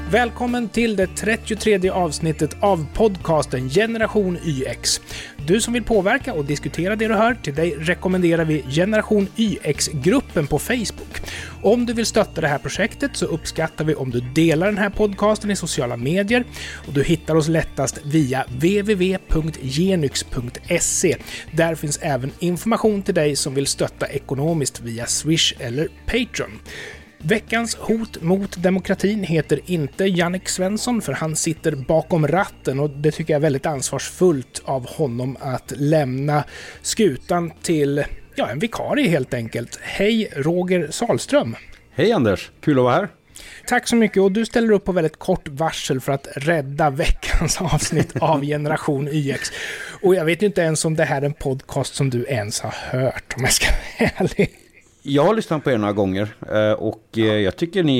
Välkommen till det 33:e avsnittet av podcasten Generation YX. Du som vill påverka och diskutera det du hör, till dig rekommenderar vi Generation YX-gruppen på Facebook. Om du vill stötta det här projektet så uppskattar vi om du delar den här podcasten i sociala medier, och du hittar oss lättast via www.genyx.se. Där finns även information till dig som vill stötta ekonomiskt via Swish eller Patreon. Veckans hot mot demokratin heter inte Jannik Svensson, för han sitter bakom ratten, och det tycker jag är väldigt ansvarsfullt av honom att lämna skutan till en vikarie helt enkelt. Hej Roger Salström. Hej Anders, kul att vara här. Tack så mycket, och du ställer upp på väldigt kort varsel för att rädda veckans avsnitt av Generation YX. Och jag vet ju inte ens om det här är en podcast som du ens har hört, om jag ska vara ärlig. Jag har lyssnat på er några gånger och jag tycker ni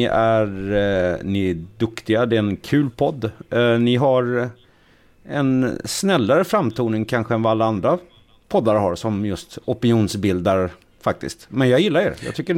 är duktiga. Det är en kul podd. Ni har en snällare framtoning kanske än vad alla andra poddar har som just opinionsbildar faktiskt. Men jag gillar er. Jag tycker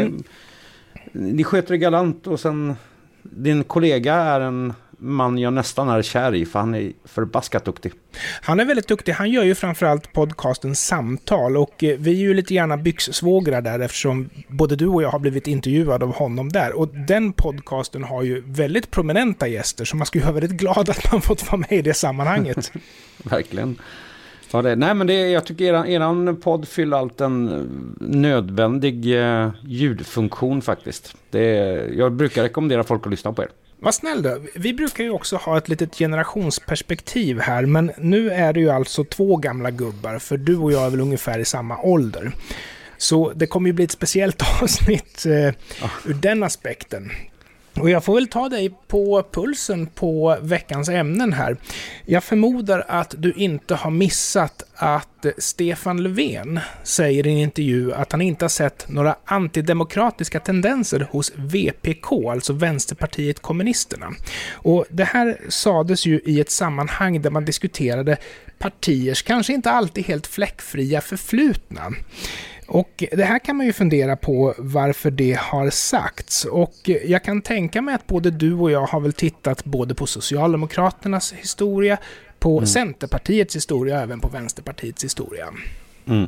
ni sköter det galant, och sen din kollega är en man jag nästan är kär i, för han är förbaskat duktig. Han är väldigt duktig. Han gör ju framförallt podcasten Samtal, och vi är ju lite gärna byxsvågrar där, eftersom både du och jag har blivit intervjuad av honom där. Och den podcasten har ju väldigt prominenta gäster, så man skulle vara väldigt glad att man fått vara med i det sammanhanget. Verkligen. Ja, jag tycker eran podd fyller allt en nödvändig ljudfunktion faktiskt. Jag brukar rekommendera folk att lyssna på er. Vad snäll då. Vi brukar ju också ha ett litet generationsperspektiv här, men nu är det ju alltså 2 gamla gubbar, för du och jag är väl ungefär i samma ålder. Så det kommer ju bli ett speciellt avsnitt ur den aspekten. Och jag får väl ta dig på pulsen på veckans ämnen här. Jag förmodar att du inte har missat att Stefan Löfven säger i en intervju att han inte har sett några antidemokratiska tendenser hos VPK, alltså Vänsterpartiet kommunisterna. Och det här sades ju i ett sammanhang där man diskuterade partiers kanske inte alltid helt fläckfria förflutna. Och det här kan man ju fundera på varför det har sagts. Och jag kan tänka mig att både du och jag har väl tittat både på Socialdemokraternas historia, på Centerpartiets historia och även på Vänsterpartiets historia. Mm.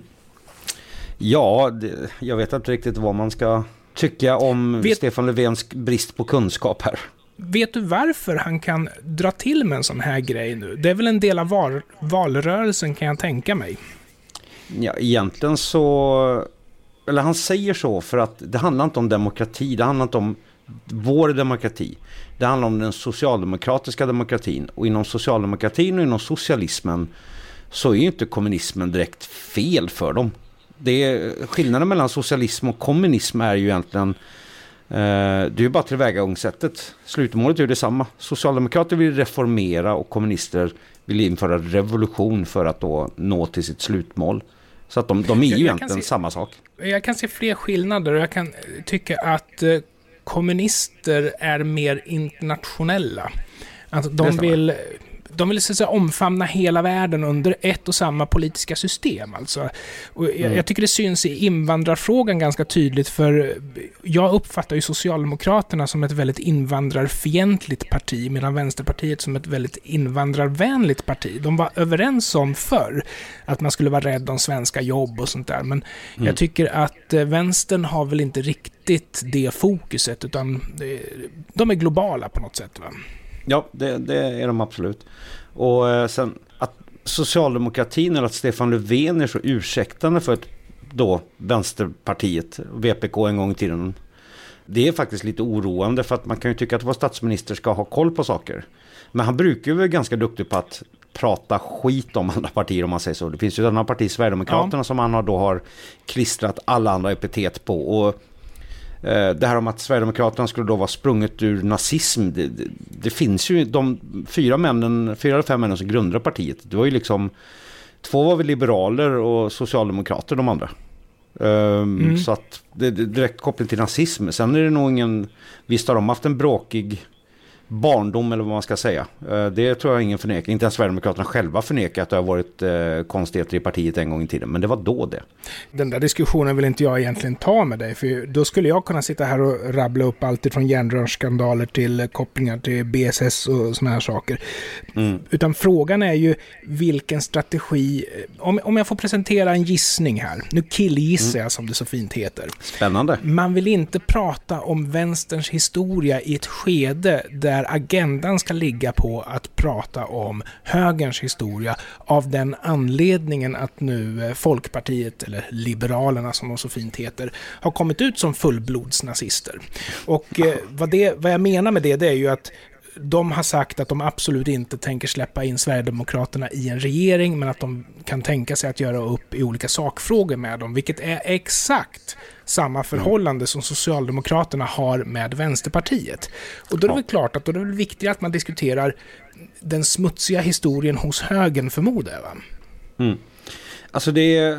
Ja, jag vet inte riktigt vad man ska tycka om Stefan Löfvens brist på kunskap här. Vet du varför han kan dra till med en sån här grej nu? Det är väl en del av valrörelsen, kan jag tänka mig. Ja, egentligen så, eller han säger så för att det handlar inte om demokrati, det handlar inte om vår demokrati. Det handlar om den socialdemokratiska demokratin, och inom socialdemokratin och inom socialismen så är ju inte kommunismen direkt fel för dem. Skillnaden mellan socialism och kommunism är ju egentligen det är ju bara tillvägagångssättet. Slutmålet är ju detsamma. Socialdemokrater vill reformera och kommunister vill införa revolution för att då nå till sitt slutmål. Så att de är ju egentligen samma sak. Jag kan se fler skillnader, och jag kan tycka att kommunister är mer internationella. Att de vill så att säga omfamna hela världen under ett och samma politiska system. Alltså. Och jag tycker det syns i invandrarfrågan ganska tydligt, för jag uppfattar ju Socialdemokraterna som ett väldigt invandrarfientligt parti, medan Vänsterpartiet som ett väldigt invandrarvänligt parti. De var överens om förr att man skulle vara rädd om svenska jobb och sånt där, men jag tycker att vänstern har väl inte riktigt det fokuset, utan de är globala på något sätt, va? Ja, det är de absolut. Och sen att socialdemokratin, eller att Stefan Löfven är så ursäktande för då Vänsterpartiet, VPK en gång i tiden, det är faktiskt lite oroande, för att man kan ju tycka att vår statsminister ska ha koll på saker. Men han brukar ju vara ganska duktig på att prata skit om andra partier, om man säger så. Det finns ju ett annat parti, Sverigedemokraterna, som han då har klistrat alla andra epitet på, och det här om att Sverigedemokraterna skulle då vara sprunget ur nazism, det finns ju de 4 eller 5 männen som grundade partiet. Det var ju liksom 2 var väl liberaler och socialdemokrater, de andra. Så att det är direkt koppling till nazism. Sen är det nog visst har de haft en bråkig barndom eller vad man ska säga. Det tror jag ingen förnekar. Inte ens Sverigedemokraterna själva förnekar att det har varit konstigheter i partiet en gång i tiden. Men det var då det. Den där diskussionen vill inte jag egentligen ta med dig. För då skulle jag kunna sitta här och rabbla upp allt från järnrörsskandaler till kopplingar till BSS och såna här saker. Utan frågan är ju vilken strategi... Om jag får presentera en gissning här. Nu killgissar jag som det så fint heter. Spännande. Man vill inte prata om vänsterns historia i ett skede där agendan ska ligga på att prata om högerns historia av den anledningen att nu Folkpartiet, eller Liberalerna som de så fint heter, har kommit ut som fullblodsnazister. Och vad jag menar med det är ju att de har sagt att de absolut inte tänker släppa in Sverigedemokraterna i en regering, men att de kan tänka sig att göra upp i olika sakfrågor med dem, vilket är exakt samma förhållande som Socialdemokraterna har med Vänsterpartiet. Och då är det väl klart att då är det väl viktigt att man diskuterar den smutsiga historien hos högern, förmodar jag, va? Alltså det är...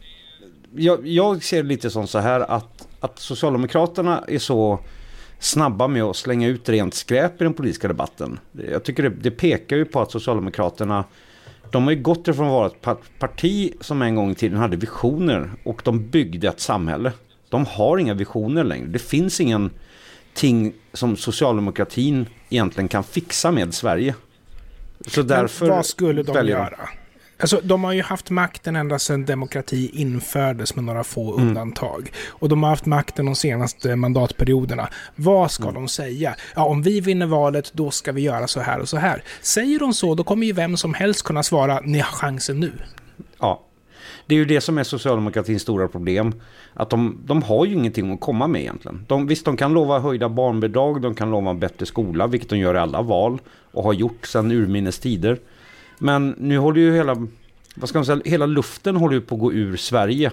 Jag ser det lite som så här att Socialdemokraterna är så snabba med att slänga ut rent skräp i den politiska debatten. Jag tycker det pekar ju på att Socialdemokraterna, de har ju gått ifrån att vara ett parti som en gång i tiden hade visioner och de byggde ett samhälle. De har inga visioner längre. Det finns ingenting som socialdemokratin egentligen kan fixa med Sverige. Så därför vad skulle de göra? Alltså, de har ju haft makten ända sedan demokrati infördes med några få undantag. Och de har haft makten de senaste mandatperioderna. Vad ska de säga? Ja, om vi vinner valet, då ska vi göra så här och så här. Säger de så, då kommer ju vem som helst kunna svara, ni har chansen nu. Ja, det är ju det som är socialdemokratins stora problem. Att de har ju ingenting att komma med egentligen. Visst, de kan lova höjda barnbidrag, de kan lova en bättre skola, vilket de gör i alla val och har gjort sedan urminnes tider. Men nu håller ju hela luften håller ju på att gå ur Sverige.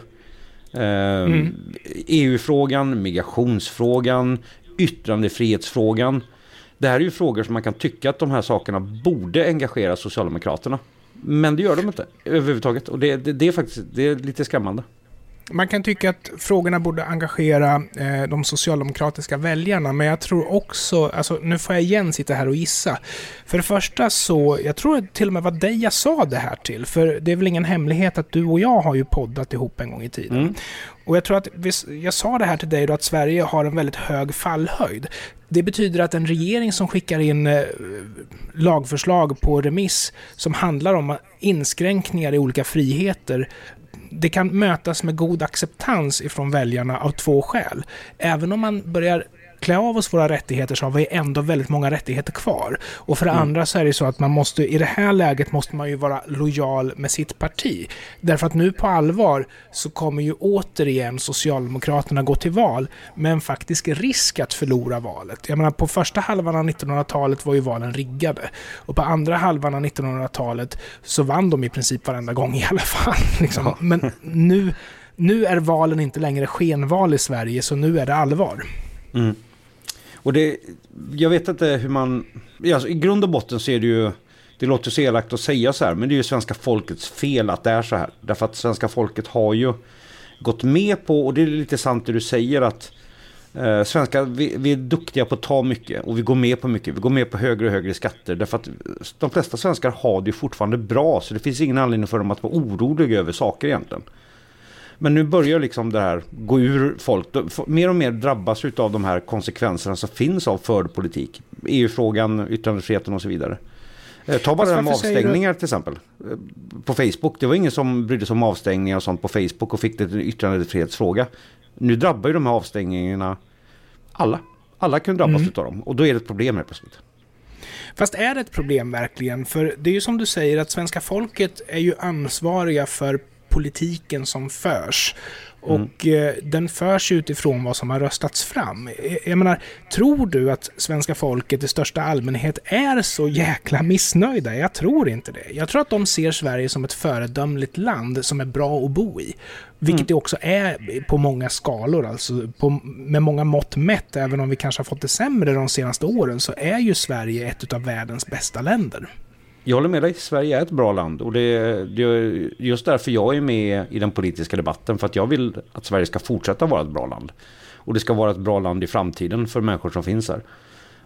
EU-frågan, migrationsfrågan, yttrandefrihetsfrågan. Det här är ju frågor som man kan tycka att de här sakerna borde engagera Socialdemokraterna. Men det gör de inte överhuvudtaget. Och det är lite skrämmande. Man kan tycka att frågorna borde engagera de socialdemokratiska väljarna, men jag tror också, alltså nu får jag igen sitta här och gissa. För det första så, jag tror att till och med var dig jag sa det här till, för det är väl ingen hemlighet att du och jag har ju poddat ihop en gång i tiden. Och jag tror att jag sa det här till dig då, att Sverige har en väldigt hög fallhöjd. Det betyder att en regering som skickar in lagförslag på remiss som handlar om inskränkningar i olika friheter, det kan mötas med god acceptans ifrån väljarna av två skäl. Även om man börjar klä av oss våra rättigheter så har vi ändå väldigt många rättigheter kvar. Och för det andra så är det så att i det här läget måste man ju vara lojal med sitt parti. Därför att nu på allvar så kommer ju återigen Socialdemokraterna gå till val med en faktisk risk att förlora valet. Jag menar, på första halvan av 1900-talet var ju valen riggade. Och på andra halvan av 1900-talet så vann de i princip varenda gång i alla fall. Liksom. Ja. Men nu är valen inte längre skenval i Sverige, så nu är det allvar. Och jag vet inte hur man... Alltså, i grund och botten så är det ju... Det låter så elakt att säga så här, men det är ju svenska folkets fel att det är så här. Därför att svenska folket har ju gått med på, och det är lite sant det du säger, att svenskar, vi är duktiga på att ta mycket och vi går med på mycket. Vi går med på högre och högre skatter, därför att de flesta svenskar har det ju fortfarande bra, så det finns ingen anledning för dem att vara oroliga över saker egentligen. Men nu börjar liksom det här gå ur folk. Mer och mer drabbas av de här konsekvenserna som finns av förd politik. EU-frågan, yttrandefriheten och så vidare. Ta bara med avstängningar till exempel. På Facebook. Det var ingen som brydde sig om avstängningar och sånt på Facebook och fick det en yttrandefrihetsfråga. Nu drabbar ju de här avstängningarna alla. Alla kan drabbas av dem. Och då är det ett problem här plötsligt. Fast är det ett problem verkligen? För det är ju som du säger att svenska folket är ju ansvariga för politiken som förs. Och den förs utifrån vad som har röstats fram. Jag menar, tror du att svenska folket i största allmänhet är så jäkla missnöjda? Jag tror inte det. Jag tror att de ser Sverige som ett föredömligt land som är bra att bo i. Vilket det också är på många skalor, alltså med många mått mätt. Även om vi kanske har fått det sämre de senaste åren, så är ju Sverige ett av världens bästa länder. Jag håller med dig, Sverige är ett bra land, och det är just därför jag är med i den politiska debatten, för att jag vill att Sverige ska fortsätta vara ett bra land. Och det ska vara ett bra land i framtiden för människor som finns här.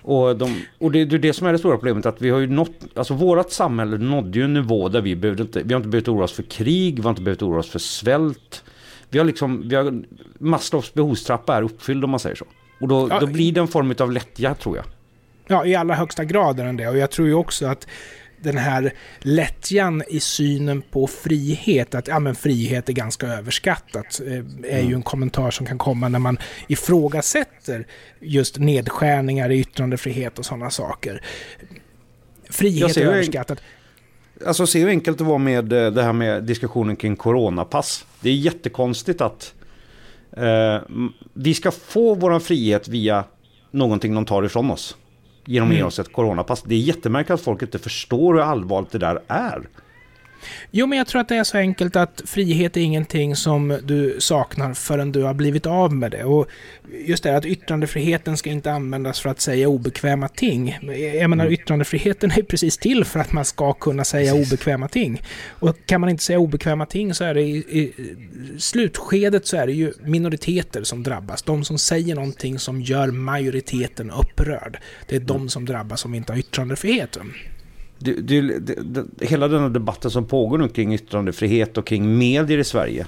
Och det är det som är det stora problemet, att vi har ju nått, alltså vårat samhälle nådde ju en nivå där vi har inte behövt oroa oss för krig, vi har inte behövt oroa oss för svält. Vi har Maslows behovstrappa är uppfylld, om man säger så. Och då blir det en form av lättja, tror jag. Ja, i allra högsta grad är den det. Och jag tror ju också att den här lättjan i synen på frihet, att frihet är ganska överskattat, är ju en kommentar som kan komma när man ifrågasätter just nedskärningar i yttrandefrihet och sådana saker. Frihet är överskattat. Alltså, se hur enkelt det var med det här med diskussionen kring coronapass. Det är jättekonstigt att vi ska få vår frihet via någonting de tar ifrån oss. Genom att ge oss ett coronapass. Det är jättemärkligt att folk inte förstår hur allvarligt det där är. Jo, men jag tror att det är så enkelt att frihet är ingenting som du saknar förrän du har blivit av med det. Och just det att yttrandefriheten ska inte användas för att säga obekväma ting. Jag menar, yttrandefriheten är precis till för att man ska kunna säga obekväma ting. Och kan man inte säga obekväma ting så är det i slutskedet så är det ju minoriteter som drabbas. De som säger någonting som gör majoriteten upprörd. Det är de som drabbas som inte har yttrandefriheten. Hela den här debatten som pågår nu kring yttrandefrihet och kring medier i Sverige,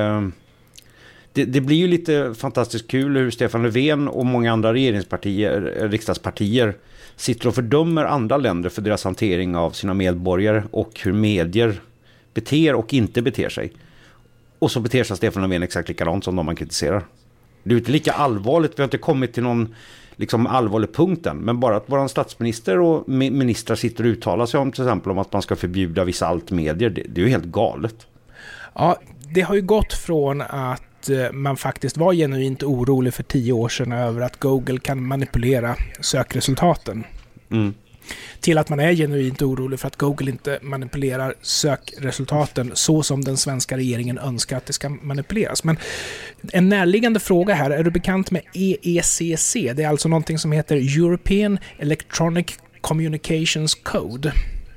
det blir ju lite fantastiskt kul hur Stefan Löfven och många andra riksdagspartier sitter och fördömer andra länder för deras hantering av sina medborgare och hur medier beter och inte beter sig. Och så beter sig Stefan Löfven exakt likadant som de man kritiserar. Det är inte lika allvarligt, vi har inte kommit till någon allvarlig punkten, men bara att vår statsminister och ministrar sitter och uttalar sig om till exempel om att man ska förbjuda vissa altmedier, det är ju helt galet. Ja, det har ju gått från att man faktiskt var genuint orolig för 10 år sedan över att Google kan manipulera sökresultaten. Till att man är genuint orolig för att Google inte manipulerar sökresultaten så som den svenska regeringen önskar att det ska manipuleras. Men en närliggande fråga här, är du bekant med EECC? Det är alltså någonting som heter European Electronic Communications Code.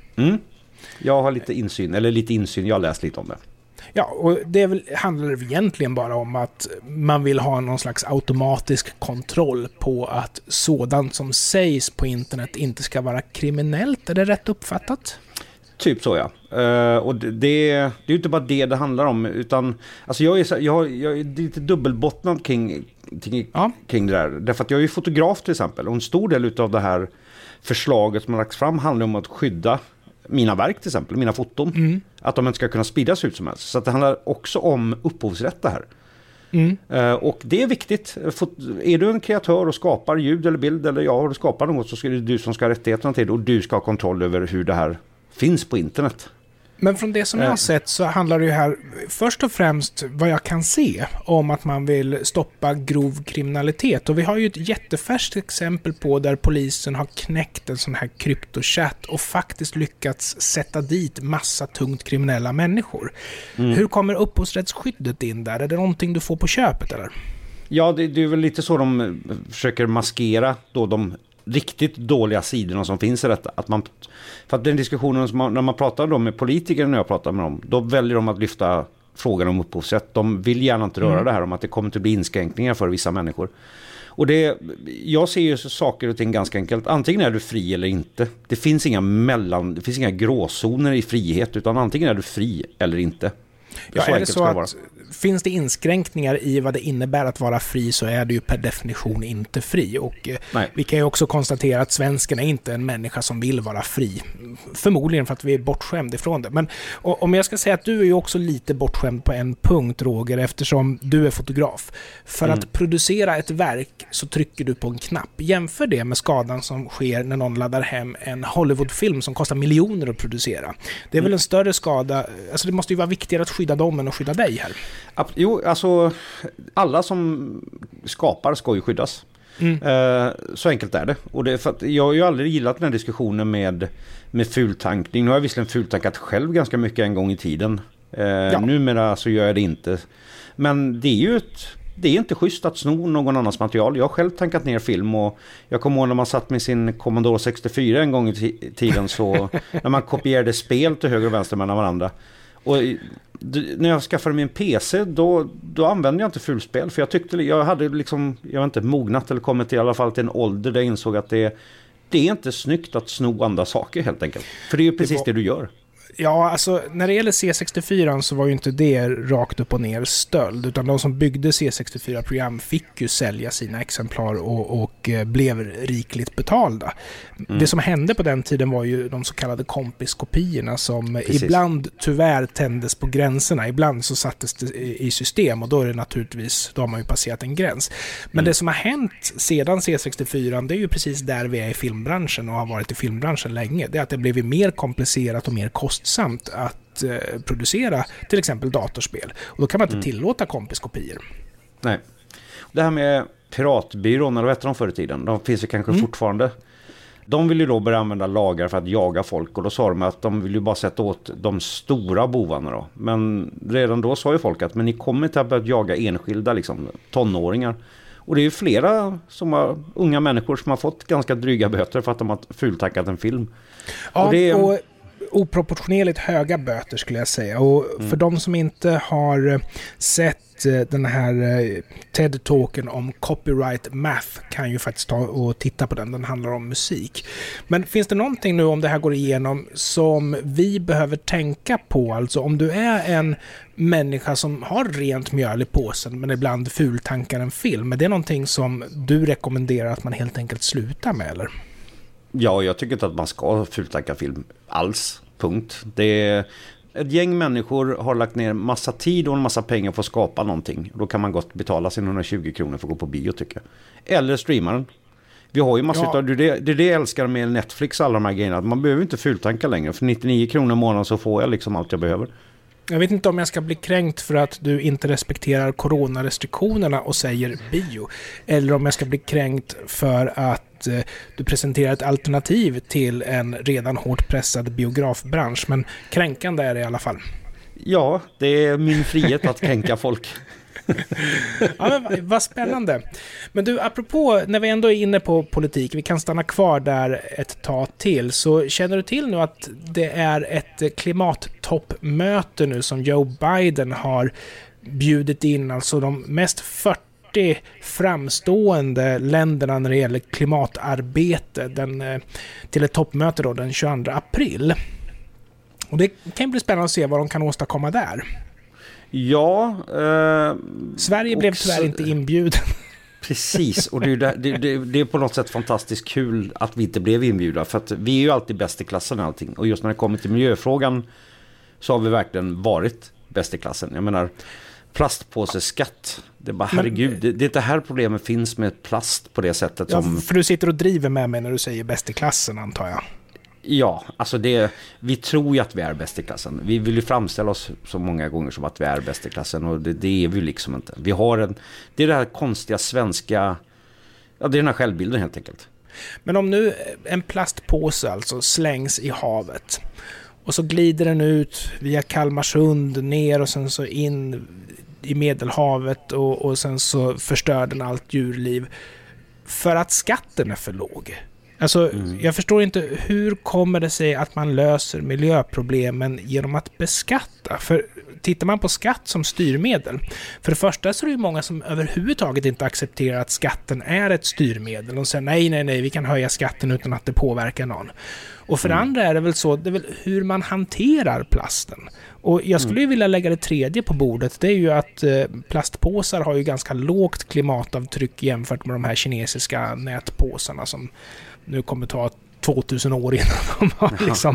Jag har lite insyn, jag har läst lite om det. Ja, och handlar det egentligen bara om att man vill ha någon slags automatisk kontroll på att sådant som sägs på internet inte ska vara kriminellt. Är det rätt uppfattat? Typ så, ja. Och det är ju inte bara det handlar om, utan alltså jag är lite dubbelbottnad kring det där. Därför att jag är ju fotograf till exempel, och en stor del av det här förslaget som har lagts fram handlar om att skydda mina verk till exempel, mina foton. Att de inte ska kunna spridas ut som helst. Så att det handlar också om upphovsrätt det här. Och det är viktigt. Är du en kreatör och skapar ljud eller bild eller du skapar något, så är det du som ska ha rättigheterna till det, och du ska ha kontroll över hur det här finns på internet. Men från det som jag har sett så handlar det ju här först och främst, vad jag kan se, om att man vill stoppa grov kriminalitet. Och vi har ju ett jättefärskt exempel på där polisen har knäckt en sån här kryptochatt och faktiskt lyckats sätta dit massa tungt kriminella människor. Hur kommer upphovsrättsskyddet in där? Är det någonting du får på köpet eller? Ja, det är väl lite så de försöker maskera då de riktigt dåliga sidorna som finns i detta. För att den diskussionen när man pratar då med politiker, när jag pratar med dem, då väljer de att lyfta frågan om upphovsrätt. De vill gärna inte röra det här om att det kommer att bli inskränkningar för vissa människor. Och jag ser ju saker och ting ganska enkelt. Antingen är du fri eller inte. Det finns inga gråzoner i frihet, utan antingen är du fri eller inte. Är det så att finns det inskränkningar i vad det innebär att vara fri, så är det ju per definition inte fri. Och vi kan ju också konstatera att svensken är inte en människa som vill vara fri. Förmodligen för att vi är bortskämda ifrån det. Men om jag ska säga att du är ju också lite bortskämd på en punkt, Roger, eftersom du är fotograf. För att producera ett verk så trycker du på en knapp. Jämför det med skadan som sker när någon laddar hem en Hollywoodfilm som kostar miljoner att producera. Det är väl en större skada. Alltså det måste ju vara viktigare att skydda dem än att skydda dig här. Jo, alltså alla som skapar ska ju skyddas. Så enkelt är det. Och för att jag har ju aldrig gillat den här diskussionen med fultankning. Nu har jag visserligen fultankat själv ganska mycket en gång i tiden. Numera så gör jag det inte. Men det är inte schysst att sno någon annans material. Jag har själv tankat ner film, och jag kommer ihåg när man satt med sin Commodore 64 en gång i tiden, så när man kopierade spel till höger och vänster mellan varandra. Och när jag skaffade min PC då använde jag inte fulspel, för jag hade liksom, jag var inte mognat eller kommit i alla fall till en ålder där jag insåg att det är inte snyggt att sno andra saker helt enkelt. För det är ju precis det du gör. Ja, alltså när det gäller C64 så var ju inte det rakt upp och ner stöld, utan de som byggde C64-program fick ju sälja sina exemplar och blev rikligt betalda. Det som hände på den tiden var ju de så kallade kompiskopiorna som ibland tyvärr tändes på gränserna, ibland så sattes det i system och då är det naturligtvis, då har man ju passerat en gräns. Men det som har hänt sedan C64, det är ju precis där vi är i filmbranschen och har varit i filmbranschen länge, det är att det blivit mer komplicerat och mer kostsamt att producera till exempel datorspel. Och då kan man inte tillåta kompiskopior. Nej. Det här med piratbyrån, eller vad hette de förr i tiden? De finns ju kanske fortfarande. De vill ju då börja använda lagar för att jaga folk. Och då sa de att de vill ju bara sätta åt de stora bovarna då. Men redan då sa ju folk att men ni kommer inte att börja jaga enskilda liksom, tonåringar. Och det är ju flera unga människor som har fått ganska dryga böter för att de har fultackat en film. Ja, och oproportionerligt höga böter skulle jag säga. Och för de som inte har sett den här TED-talken om copyright math kan ju faktiskt ta och titta på den. Den handlar om musik. Men finns det någonting nu om det här går igenom som vi behöver tänka på? Alltså om du är en människa som har rent mjöl i påsen men ibland fultankar en film. Är det någonting som du rekommenderar att man helt enkelt slutar med eller? Ja, jag tycker inte att man ska fultacka film alls. Punkt. Det är ett gäng människor har lagt ner massa tid och en massa pengar för att skapa någonting. Då kan man gott betala sin 120 kronor för att gå på bio tycker jag. Eller streama den. Vi har ju massor av, det är det jag älskar med Netflix alla de här grejerna. Man behöver inte fultanka längre. För 99 kronor i månaden så får jag liksom allt jag behöver. Jag vet inte om jag ska bli kränkt för att du inte respekterar coronarestriktionerna och säger bio. Eller om jag ska bli kränkt för att du presenterar ett alternativ till en redan hårt pressad biografbransch. Men kränkande är det i alla fall. Ja, det är min frihet att kränka folk. Ja, men vad spännande. Men du, apropå, när vi ändå är inne på politik, vi kan stanna kvar där ett tag till, så känner du till nu att det är ett klimattoppmöte nu som Joe Biden har bjudit in, alltså de mest 40 framstående länderna när det gäller klimatarbete till ett toppmöte då, den 22 april. Och det kan bli spännande att se vad de kan åstadkomma där. Ja. Sverige blev tyvärr inte inbjuden. Precis, och det är på något sätt fantastiskt kul att vi inte blev inbjudna. För att vi är ju alltid bäst i klassen och allting. Och just när det kommer till miljöfrågan så har vi verkligen varit bäst i klassen. Jag menar, plastpåseskatt. Det är bara, herregud, det är inte här problemet finns med plast på det sättet. Ja, för du sitter och driver med mig när du säger bäst i klassen, antar jag. Ja, alltså vi tror ju att vi är bäst i klassen. Vi vill ju framställa oss så många gånger som att vi är bäst i klassen, och det är vi liksom inte. Vi har det är det här konstiga svenska, ja, det är den här självbilden helt enkelt. Men om nu en plastpåse alltså slängs i havet och så glider den ut via Kalmarsund ner och sen så in i Medelhavet och sen så förstör den allt djurliv för att skatten är för låg. Alltså, jag förstår inte, hur kommer det sig att man löser miljöproblemen genom att beskatta? För tittar man på skatt som styrmedel, för det första så är det ju många som överhuvudtaget inte accepterar att skatten är ett styrmedel. De säger nej, vi kan höja skatten utan att det påverkar någon. Och för det andra är det väl så, det är väl hur man hanterar plasten. Och jag skulle ju vilja lägga det tredje på bordet, det är ju att plastpåsar har ju ganska lågt klimatavtryck jämfört med de här kinesiska nätpåsarna som nu kommer ta 2000 år innan de har liksom...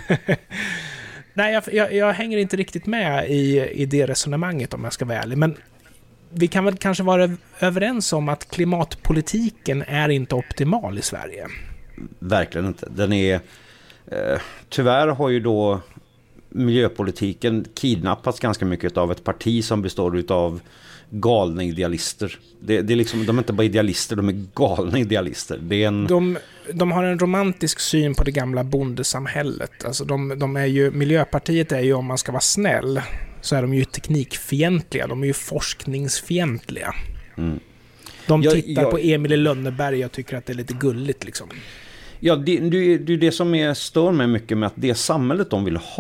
Nej, jag hänger inte riktigt med i det resonemanget om jag ska vara ärlig. Men vi kan väl kanske vara överens om att klimatpolitiken är inte optimal i Sverige. Verkligen inte. Den är... tyvärr har ju då miljöpolitiken kidnappats ganska mycket av ett parti som består av galna idealister. Det är liksom, de är inte bara idealister, de är galna idealister. Det är de har en romantisk syn på det gamla bondesamhället. Alltså de är ju, Miljöpartiet är ju, om man ska vara snäll, så är de ju teknikfientliga. De är ju forskningsfientliga. De tittar på Emil i Lönneberg och tycker att det är lite gulligt liksom. Ja, det är det som stör mig mycket med att det samhället de vill ha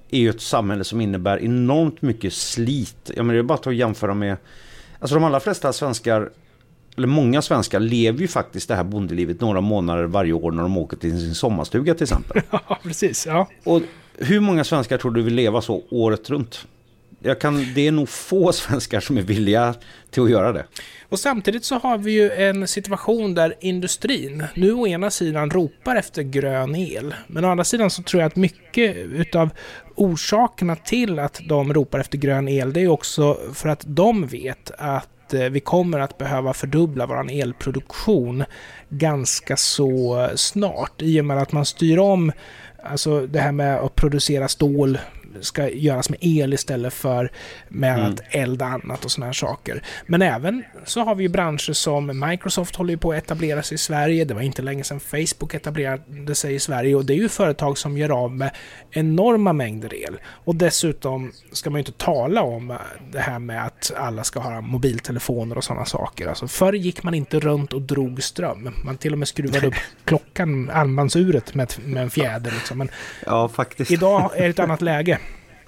är ju ett samhälle som innebär enormt mycket slit. Jag menar, det är bara att jämföra med... Alltså de allra flesta svenskar, eller många svenskar, lever ju faktiskt det här bondelivet några månader varje år när de åker till sin sommarstuga till exempel. Ja, precis. Ja. Och hur många svenskar tror du vill leva så året runt? Det är nog få svenskar som är villiga till att göra det. Och samtidigt så har vi ju en situation där industrin nu å ena sidan ropar efter grön el. Men å andra sidan så tror jag att mycket utav orsakerna till att de ropar efter grön el, det är också för att de vet att vi kommer att behöva fördubbla vår elproduktion ganska så snart. I och med att man styr om, alltså det här med att producera stål ska göras med el istället för med att elda annat och såna här saker. Men även så har vi ju branscher som Microsoft håller på att etablera sig i Sverige. Det var inte länge sedan Facebook etablerade sig i Sverige, och det är ju företag som gör av med enorma mängder el. Och dessutom ska man ju inte tala om det här med att alla ska ha mobiltelefoner och sådana saker. Alltså förr gick man inte runt och drog ström. Man till och med skruvade upp klockan, armbandsuret med en fjäder liksom. Men ja, faktiskt. Idag är det ett annat läge.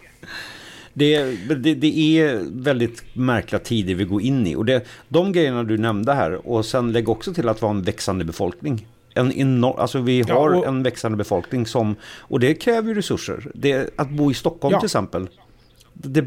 Det är väldigt märkliga tider vi går in i. Och de grejerna du nämnde här, och sen lägg också till att vara en växande befolkning. Alltså vi har en växande befolkning och det kräver ju resurser. Att bo i Stockholm till exempel. Det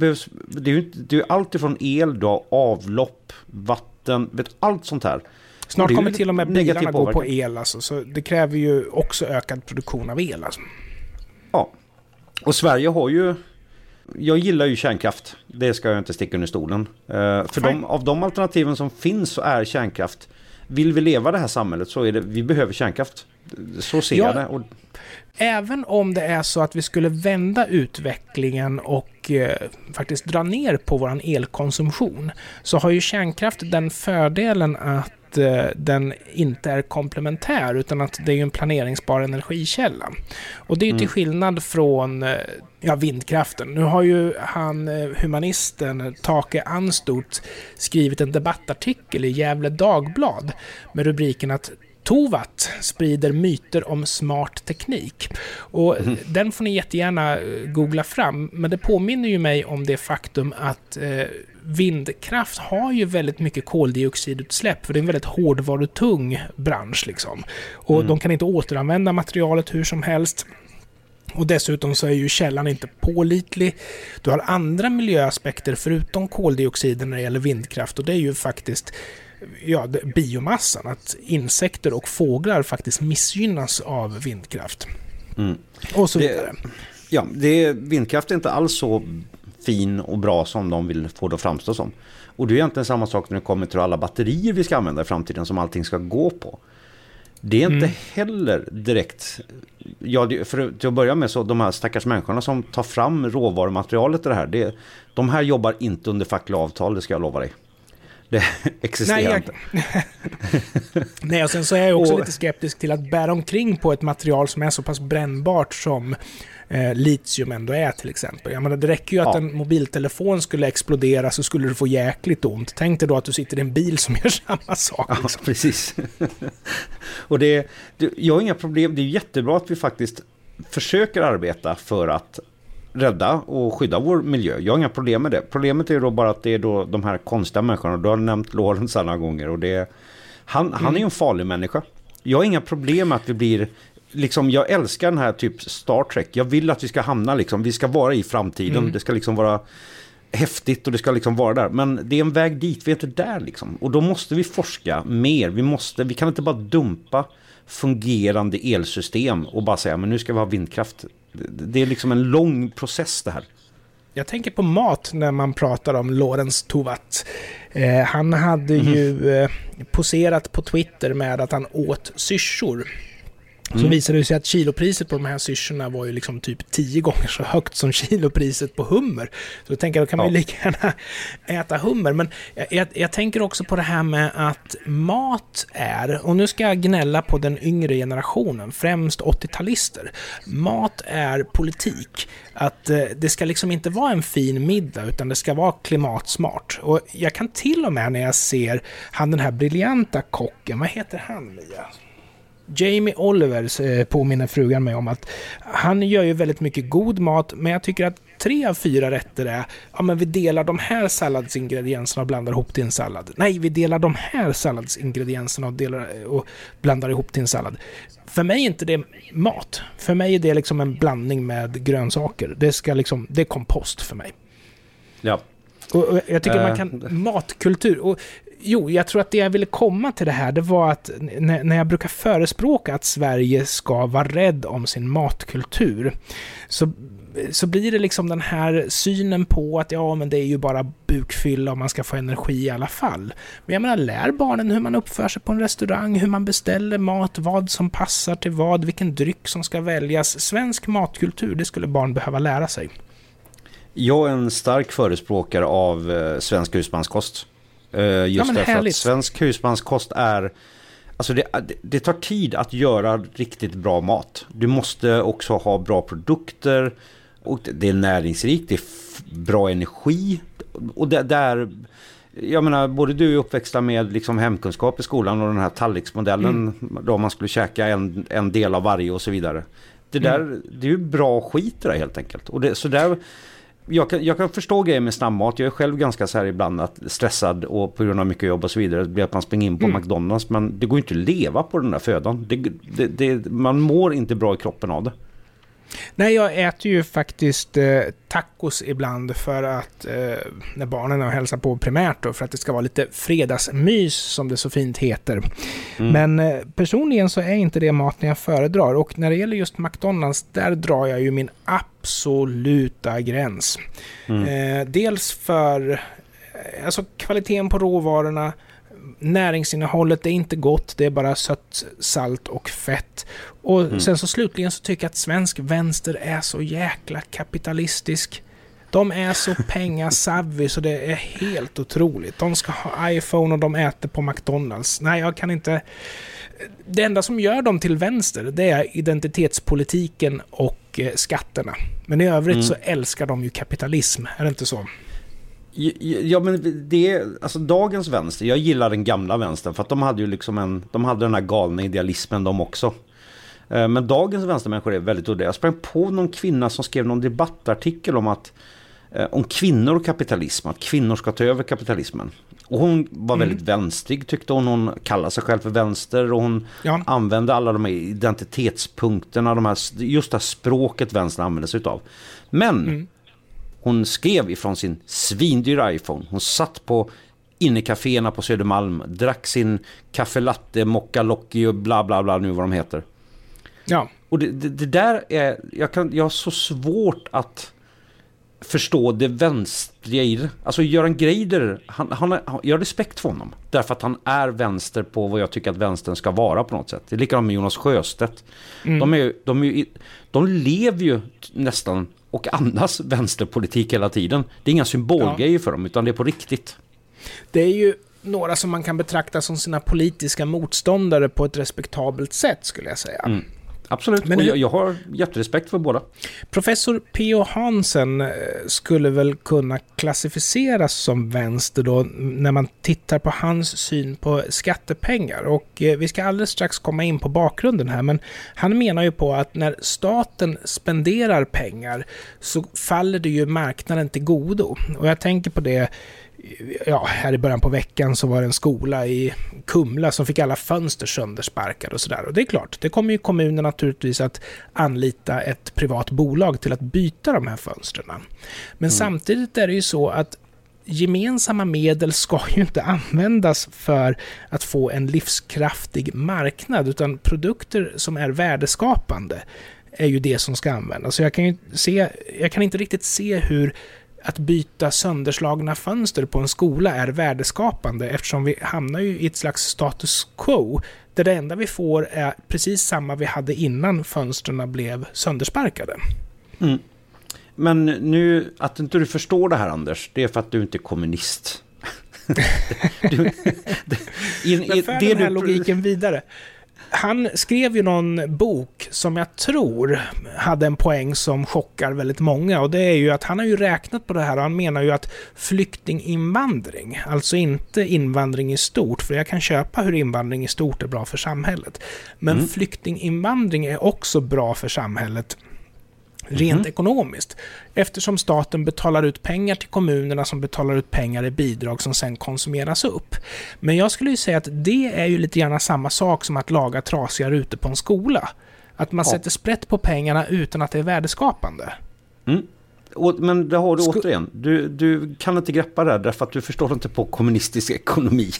är ju allt ifrån el, du har avlopp, vatten, allt sånt här. Snart kommer till och med bilarna gå på el alltså, så det kräver ju också ökad produktion av el alltså. Ja. Och Sverige har ju... Jag gillar ju kärnkraft. Det ska jag inte sticka under stolen. För av de alternativen som finns så är kärnkraft. Vill vi leva det här samhället så är det... Vi behöver kärnkraft. Så ser jag det. Även om det är så att vi skulle vända utvecklingen och faktiskt dra ner på våran elkonsumtion, så har ju kärnkraft den fördelen att den inte är komplementär, utan att det är en planeringsbar energikälla. Och det är till skillnad från vindkraften. Nu har ju humanisten Take Anstort skrivit en debattartikel i Gävle Dagblad med rubriken att Tovat sprider myter om smart teknik. Och den får ni jättegärna googla fram, men det påminner ju mig om det faktum att vindkraft har ju väldigt mycket koldioxidutsläpp, för det är en väldigt hårdvarutung bransch liksom. Och de kan inte återanvända materialet hur som helst. Och dessutom så är ju källan inte pålitlig. Du har andra miljöaspekter förutom koldioxiden när det gäller vindkraft, och det är ju faktiskt biomassan, att insekter och fåglar faktiskt missgynnas av vindkraft. Och så vidare. Vindkraft är inte alls så fin och bra som de vill få det att framstå som. Och det är egentligen samma sak när det kommer till alla batterier vi ska använda i framtiden som allting ska gå på. Det är inte heller direkt... för till att börja med så de här stackars människorna som tar fram råvarumaterialet i det här, de här jobbar inte under fackliga avtal, det ska jag lova dig. Det existerar inte. Nej, och sen så är jag också lite skeptisk till att bära omkring på ett material som är så pass brännbart som litium ändå är till exempel. Jag menar, det räcker ju att en mobiltelefon skulle explodera så skulle du få jäkligt ont. Tänk dig då att du sitter i en bil som gör samma sak. Ja, liksom. Precis. Och jag har inga problem. Det är jättebra att vi faktiskt försöker arbeta för att rädda och skydda vår miljö. Jag har inga problem med det. Problemet är ju då bara att det är då de här konstiga människorna. Du har nämnt Lorentz alla gånger, och han är ju en farlig människa. Jag har inga problem med att vi blir liksom, jag älskar den här typ Star Trek. Jag vill att vi ska hamna liksom, vi ska vara i framtiden. Det ska liksom vara häftigt och det ska liksom vara där. Men det är en väg dit, vi är inte där liksom. Och då måste vi forska mer. Vi kan inte bara dumpa fungerande elsystem och bara säga, men nu ska vi ha vindkraft. Det är liksom en lång process det här. Jag tänker på mat när man pratar om Lorentz Tovatt. Han hade ju poserat på Twitter med att han åt syrsor. Så visade det sig att kilopriset på de här syrsorna var ju liksom typ 10 gånger så högt som kilopriset på hummer. Så jag tänker, då kan man ju lika gärna äta hummer. Men jag tänker också på det här med att mat är, och nu ska jag gnälla på den yngre generationen, främst 80-talister. Mat är politik. Att det ska liksom inte vara en fin middag, utan det ska vara klimatsmart. Och jag kan till och med när jag ser den här briljanta kocken, vad heter han, Mia? Jamie Oliver påminner frugan mig om att han gör ju väldigt mycket god mat, men jag tycker att 3 av 4 rätter är, ja men vi delar de här salladsingredienserna och blandar ihop till en sallad. Nej, vi delar de här salladsingredienserna och blandar ihop till en sallad. För mig är inte det mat. För mig är det liksom en blandning med grönsaker. Det är kompost för mig. Ja. Och jag tycker man kan matkultur och jag tror att det jag ville komma till det här, det var att när jag brukar förespråka att Sverige ska vara rädd om sin matkultur, så blir det liksom den här synen på att men det är ju bara bukfylla och man ska få energi i alla fall. Men jag menar, lär barnen hur man uppför sig på en restaurang, hur man beställer mat, vad som passar till vad, vilken dryck som ska väljas. Svensk matkultur, det skulle barn behöva lära sig. Jag är en stark förespråkare av svensk husmanskost. Just därför att svensk husmanskost är... Alltså det tar tid att göra riktigt bra mat. Du måste också ha bra produkter. Och det är näringsrikt, det är bra energi. Och jag menar, både du är uppväxta med liksom hemkunskap i skolan och den här tallriksmodellen. Då man skulle käka en del av varje och så vidare. Det är ju bra skit där helt enkelt. Och så där... Jag kan förstå grejer med snabbmat. Jag är själv ganska så här ibland stressad och på grund av mycket jobb och så vidare blir att man springer in på McDonalds, men det går inte att leva på den där födan. Man mår inte bra i kroppen av det. Nej, jag äter ju faktiskt tacos ibland för att när barnen hälsar på primärt då, för att det ska vara lite fredagsmys som det så fint heter. Men personligen så är inte det maten jag föredrar, och när det gäller just McDonalds, där drar jag ju min absoluta gräns. Dels för alltså kvaliteten på råvarorna, näringsinnehållet är inte gott, det är bara sött, salt och fett. Och sen så slutligen så tycker jag att svensk vänster är så jäkla kapitalistisk. De är så pengasavvy så det är helt otroligt. De ska ha iPhone och de äter på McDonalds. Nej, jag kan inte... Det enda som gör dem till vänster, det är identitetspolitiken och skatterna. Men i övrigt så älskar de ju kapitalism, är det inte så? Ja, men det är alltså dagens vänster. Jag gillar den gamla vänstern för att de hade ju liksom de hade den här galna idealismen de också. Men dagens vänstermänniskor är väldigt udda. Jag sprang på någon kvinna som skrev någon debattartikel om kvinnor och kapitalism, att kvinnor ska ta över kapitalismen. Och hon var väldigt vänstrig, tyckte hon kallade sig själv för vänster, och hon använde alla de här identitetspunkterna, just det här språket vänstern använder sig utav. Men hon skrev ifrån sin svindyra iPhone. Hon satt på innekaféerna på Södermalm, drack sin kaffelatte, mocca locky och bla bla bla, nu vad de heter. Ja. Och det där är... Jag har så svårt att förstå det vänster. Alltså Göran Greider, jag har respekt för honom. Därför att han är vänster på vad jag tycker att vänstern ska vara på något sätt. Det är likadant med Jonas Sjöstedt. De lever ju nästan och andas vänsterpolitik hela tiden. Det är inga symbolgrejer för dem, utan det är på riktigt. Det är ju några som man kan betrakta som sina politiska motståndare på ett respektabelt sätt, skulle jag säga. Absolut, men och jag har jätterespekt för båda. Professor P.O. Hansen skulle väl kunna klassificeras som vänster då, när man tittar på hans syn på skattepengar. Och vi ska alldeles strax komma in på bakgrunden här, men han menar ju på att när staten spenderar pengar så faller det ju marknaden till godo. Och jag tänker på det, här i början på veckan så var det en skola i Kumla som fick alla fönster söndersparkade och sådär. Och det är klart, det kommer ju kommunen naturligtvis att anlita ett privat bolag till att byta de här fönstren. Men samtidigt är det ju så att gemensamma medel ska ju inte användas för att få en livskraftig marknad, utan produkter som är värdeskapande är ju det som ska användas. Så jag kan inte riktigt se hur att byta sönderslagna fönster på en skola är värdeskapande, eftersom vi hamnar ju i ett slags status quo där det enda vi får är precis samma vi hade innan fönsterna blev söndersparkade. Men nu, att inte du förstår det här, Anders, det är för att du inte är kommunist. Men för den här logiken vidare. Han skrev ju någon bok som jag tror hade en poäng som chockar väldigt många, och det är ju att han har ju räknat på det här och han menar ju att flyktinginvandring, alltså inte invandring i stort, för jag kan köpa hur invandring i stort är bra för samhället, men flyktinginvandring är också bra för samhället rent ekonomiskt, eftersom staten betalar ut pengar till kommunerna som betalar ut pengar i bidrag som sen konsumeras upp. Men jag skulle ju säga att det är ju lite grann samma sak som att laga trasiga rutor på en skola. Att man sätter sprätt på pengarna utan att det är värdeskapande. Men det har du återigen. Du kan inte greppa det här därför att du förstår inte på kommunistisk ekonomi.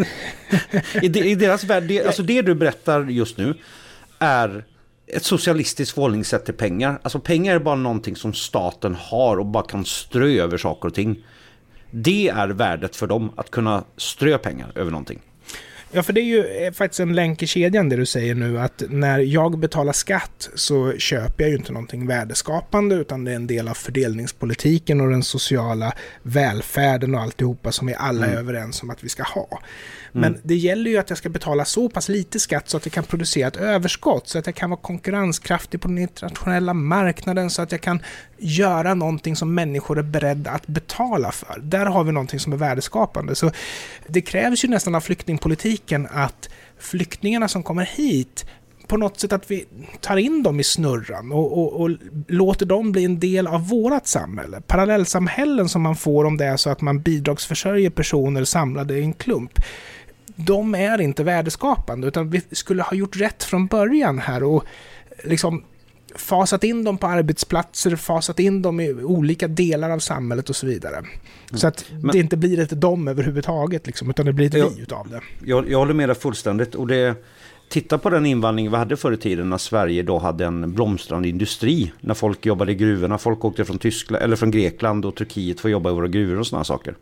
I deras värld, alltså det du berättar just nu är ett socialistiskt förhållningssätt till pengar. Alltså pengar är bara någonting som staten har och bara kan strö över saker och ting. Det är värdet för dem, att kunna strö pengar över någonting. Ja, för det är ju faktiskt en länk i kedjan det du säger nu, att när jag betalar skatt så köper jag ju inte någonting värdeskapande, utan det är en del av fördelningspolitiken och den sociala välfärden och alltihopa som vi alla är överens om att vi ska ha. Men det gäller ju att jag ska betala så pass lite skatt så att jag kan producera ett överskott, så att jag kan vara konkurrenskraftig på den internationella marknaden, så att jag kan göra någonting som människor är beredda att betala för. Där har vi någonting som är värdeskapande. Så det krävs ju nästan av flyktingpolitiken att flyktingarna som kommer hit, på något sätt att vi tar in dem i snurran och låter dem bli en del av vårat samhälle. Parallellsamhällen som man får om det är så att man bidragsförsörjer personer samlade i en klump, de är inte värdeskapande, utan vi skulle ha gjort rätt från början här och liksom fasat in dem på arbetsplatser, fasat in dem i olika delar av samhället och så vidare. Så att det inte blir ett dom överhuvudtaget liksom, utan det blir ett vi utav det. Jag håller med dig fullständigt, och titta på den invandring vi hade förr i tiden när Sverige då hade en blomstrande industri, när folk jobbade i gruvorna, folk åkte från Tyskland eller från Grekland och Turkiet för att jobba i våra gruvor och sådana saker.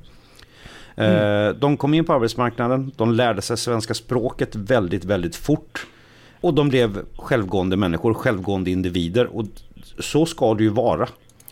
De kom in på arbetsmarknaden, de lärde sig svenska språket väldigt, väldigt fort, och de blev självgående människor, självgående individer, och så ska det ju vara.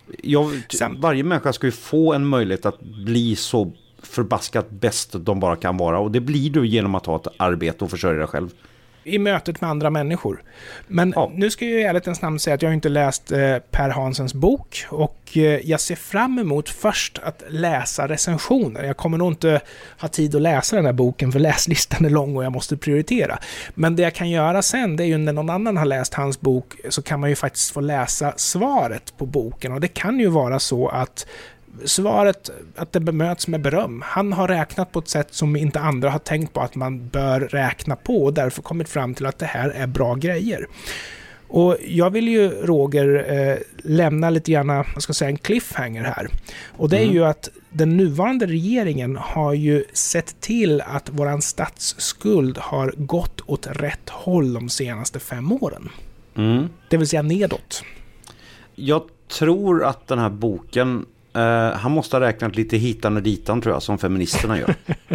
Varje människa ska ju få en möjlighet att bli så förbaskat bäst de bara kan vara, och det blir du genom att ha ett arbete och försörja dig själv. I mötet med andra människor. Men nu ska jag i ärlighetens namn säga att jag inte läst Per Hansens bok, och jag ser fram emot först att läsa recensioner. Jag kommer nog inte ha tid att läsa den här boken, för läslistan är lång och jag måste prioritera. Men det jag kan göra sen, det är ju när någon annan har läst hans bok, så kan man ju faktiskt få läsa svaret på boken, och det kan ju vara så att svaret, att det bemöts med beröm. Han har räknat på ett sätt som inte andra har tänkt på att man bör räkna på, och därför kommit fram till att det här är bra grejer. Och jag vill ju, Roger, lämna lite grann, jag ska säga, en cliffhanger här. Och det är ju att den nuvarande regeringen har ju sett till att våran statsskuld har gått åt rätt håll de senaste 5 åren. Det vill säga nedåt. Jag tror att den här boken, han måste ha räknat lite hitan och ditan, tror jag, som feministerna gör.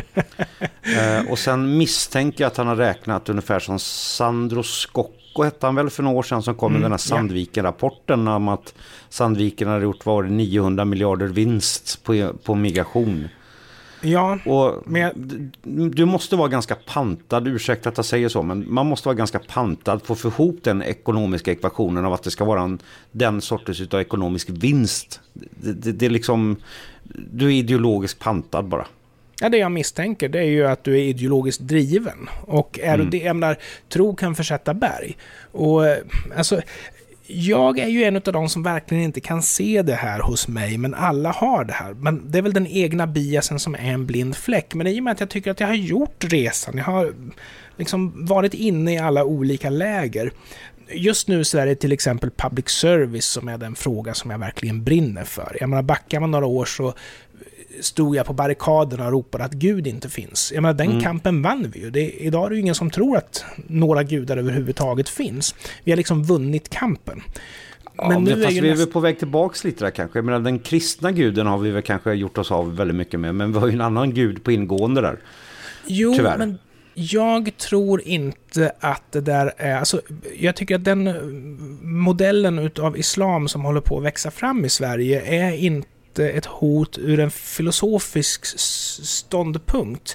Och sen misstänker jag att han har räknat ungefär som Sandro Scocco, hette han väl för några år sedan, som kom med den här Sandviken-rapporten om att Sandviken hade gjort 900 miljarder vinst på migration. Ja, men du måste vara ganska pantad, ursäkta att jag säger så, men man måste vara ganska pantad för att få ihop den ekonomiska ekvationen av att det ska vara den sortens utav ekonomisk vinst. Det är liksom, du är ideologiskt pantad bara. Ja, det jag misstänker, det är ju att du är ideologiskt driven, och är du det, jag menar, tro kan försätta berg. Och alltså, jag är ju en av de som verkligen inte kan se det här hos mig, men alla har det här. Men det är väl den egna biasen som är en blind fläck. Men i och med att jag tycker att jag har gjort resan, jag har liksom varit inne i alla olika läger. Just nu så är det till exempel public service som är den fråga som jag verkligen brinner för. Jag menar, backar man några år så stod jag på barrikaderna och ropade att Gud inte finns. Jag menar, den kampen vann vi ju. Idag är det ju ingen som tror att några gudar överhuvudtaget finns. Vi har liksom vunnit kampen. Ja, men nu fast vi är väl på väg tillbaks lite där kanske. Jag menar, den kristna guden har vi väl kanske gjort oss av väldigt mycket med, men vi har ju en annan gud på ingående där. Jo, tyvärr. Men jag tror inte att det där är... Alltså, jag tycker att den modellen utav islam som håller på att växa fram i Sverige är inte ett hot ur en filosofisk ståndpunkt.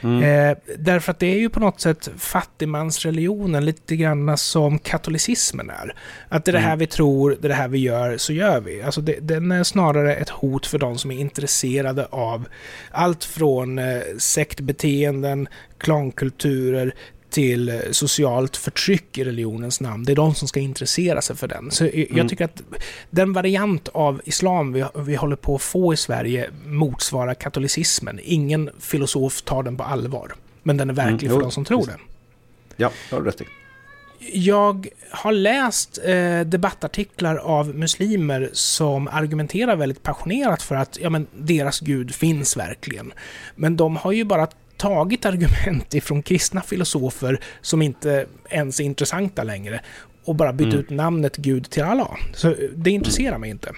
Därför att det är ju på något sätt fattigmansreligionen lite grann som katolicismen är. Att det är det här vi tror, det är det här vi gör, så gör vi. Alltså den är snarare ett hot för de som är intresserade av allt från sektbeteenden, klankulturer till socialt förtryck i religionens namn. Det är de som ska intressera sig för den. Så jag tycker att den variant av islam vi håller på att få i Sverige motsvarar katolicismen. Ingen filosof tar den på allvar. Men den är verklig för de som tror det. Ja, det har du rätt i. Jag har läst debattartiklar av muslimer som argumenterar väldigt passionerat för att deras Gud finns verkligen. Men de har ju bara tagit argument ifrån kristna filosofer som inte ens är intressanta längre och bara bytt ut namnet Gud till Allah. Så det intresserar mig inte.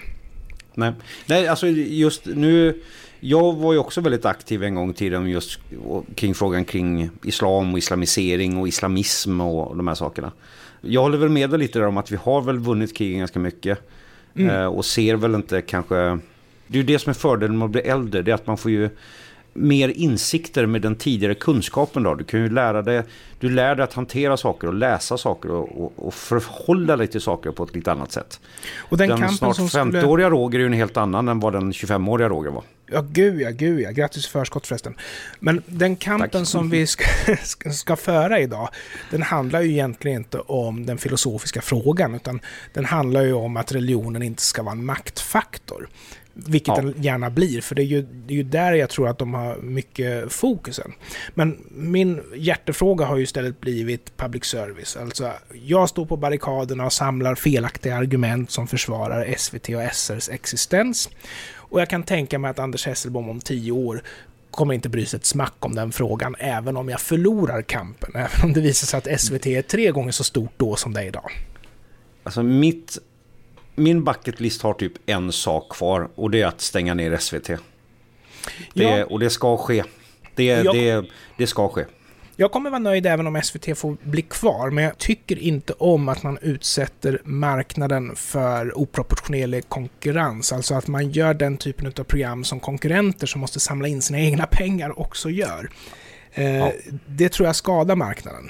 Nej, alltså just nu, jag var ju också väldigt aktiv en gång i tiden just kring frågan kring islam och islamisering och islamism och de här sakerna. Jag håller väl med lite där om att vi har väl vunnit krigen ganska mycket och ser väl inte kanske, det är ju det som är fördelen med att bli äldre, det är att man får ju mer insikter med den tidigare kunskapen då. Du kan ju lära dig att hantera saker och läsa saker och förhålla dig till saker på ett lite annat sätt. Och den snart 50-åriga Roger är ju en helt annan än vad den 25-åriga Roger var. Ja, gud ja. Grattis i förskott förresten. Men den kampen som vi ska föra idag, den handlar ju egentligen inte om den filosofiska frågan, utan den handlar ju om att religionen inte ska vara en maktfaktor. Vilket den gärna blir, för det är ju där jag tror att de har mycket fokusen. Men min hjärtefråga har ju istället blivit public service. Alltså, jag står på barrikaderna och samlar felaktiga argument som försvarar SVT och SRs existens. Och jag kan tänka mig att Anders Hesselbom om 10 år kommer inte bry sig ett smack om den frågan, även om jag förlorar kampen. Även om det visar sig att SVT är 3 gånger så stort då som det är idag. Alltså min bucket list har typ en sak kvar, och det är att stänga ner SVT. Och det ska ske. Det ska ske. Jag kommer vara nöjd även om SVT får bli kvar, men jag tycker inte om att man utsätter marknaden för oproportionerlig konkurrens. Alltså att man gör den typen av program som konkurrenter som måste samla in sina egna pengar också gör. Det tror jag skadar marknaden.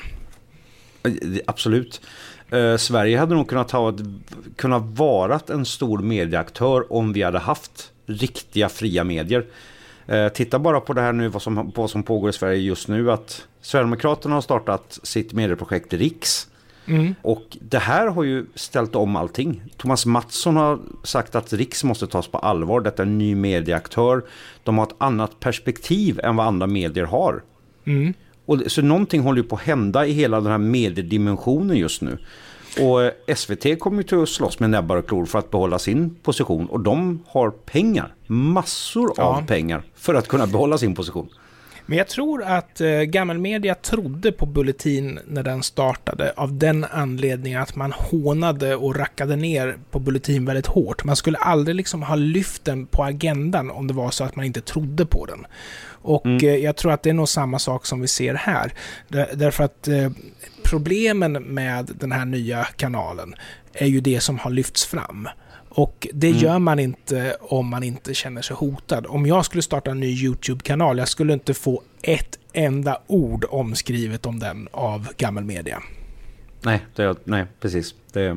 Absolut. Sverige hade nog kunnat vara en stor medieaktör om vi hade haft riktiga fria medier. Titta bara på det här nu, vad som pågår i Sverige just nu, att Sverigedemokraterna har startat sitt medieprojekt Riks. Och det här har ju ställt om allting. Thomas Mattsson har sagt att Riks måste tas på allvar. Detta är en ny medieaktör. De har ett annat perspektiv än vad andra medier har. Så någonting håller ju på att hända i hela den här mediedimensionen just nu. Och SVT kommer ju till att slåss med näbbar och klor för att behålla sin position. Och de har pengar, massor av pengar, för att kunna behålla sin position. Men jag tror att gammelmedia trodde på Bulletin när den startade, av den anledningen att man hånade och rackade ner på Bulletin väldigt hårt. Man skulle aldrig ha lyft den på agendan om det var så att man inte trodde på den. Och jag tror att det är nog samma sak som vi ser här. Därför att problemen med den här nya kanalen är ju det som har lyfts fram. Och det gör man inte om man inte känner sig hotad. Om jag skulle starta en ny YouTube-kanal, jag skulle inte få ett enda ord omskrivet om den av gammelmedia. Nej, precis.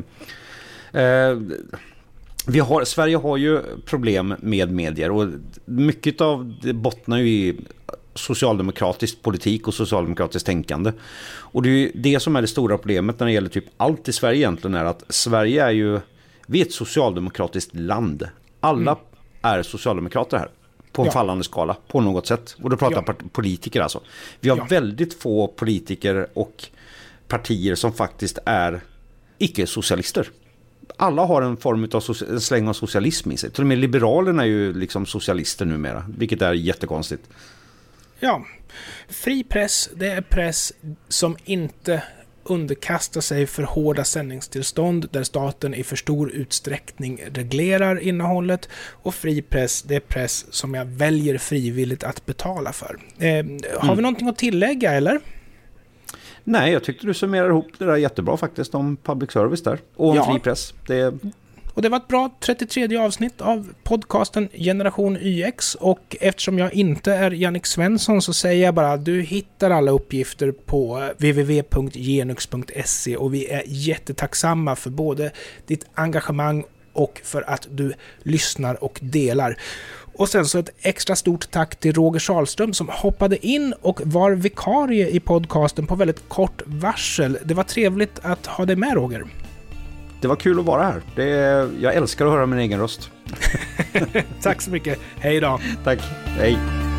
Sverige har ju problem med medier, och mycket av det bottnar ju i socialdemokratisk politik och socialdemokratiskt tänkande. Och det är ju det som är det stora problemet när det gäller typ allt i Sverige egentligen, är att Sverige är ju, vi är ett socialdemokratiskt land. Alla är socialdemokrater här. På en fallande skala, på något sätt. Och då pratar politiker alltså. Vi har väldigt få politiker och partier som faktiskt är icke-socialister. Alla har en form av en släng av socialism i sig. Till och med liberalerna är ju socialister numera, vilket är jättekonstigt. Ja, fri press, det är press som inte underkastar sig för hårda sändningstillstånd där staten i för stor utsträckning reglerar innehållet, och fri press, det är press som jag väljer frivilligt att betala för. Har vi någonting att tillägga, eller? Nej, jag tyckte du summerar ihop det där jättebra faktiskt, om public service där och en fri press. Och det var ett bra 33 avsnitt av podcasten Generation YX, och eftersom jag inte är Jannik Svensson så säger jag bara att du hittar alla uppgifter på www.genux.se, och vi är jättetacksamma för både ditt engagemang och för att du lyssnar och delar. Och sen så ett extra stort tack till Roger Salström som hoppade in och var vikarie i podcasten på väldigt kort varsel. Det var trevligt att ha dig med, Roger. Det var kul att vara här. Jag älskar att höra min egen röst. Tack så mycket. Hej då. Tack. Hej.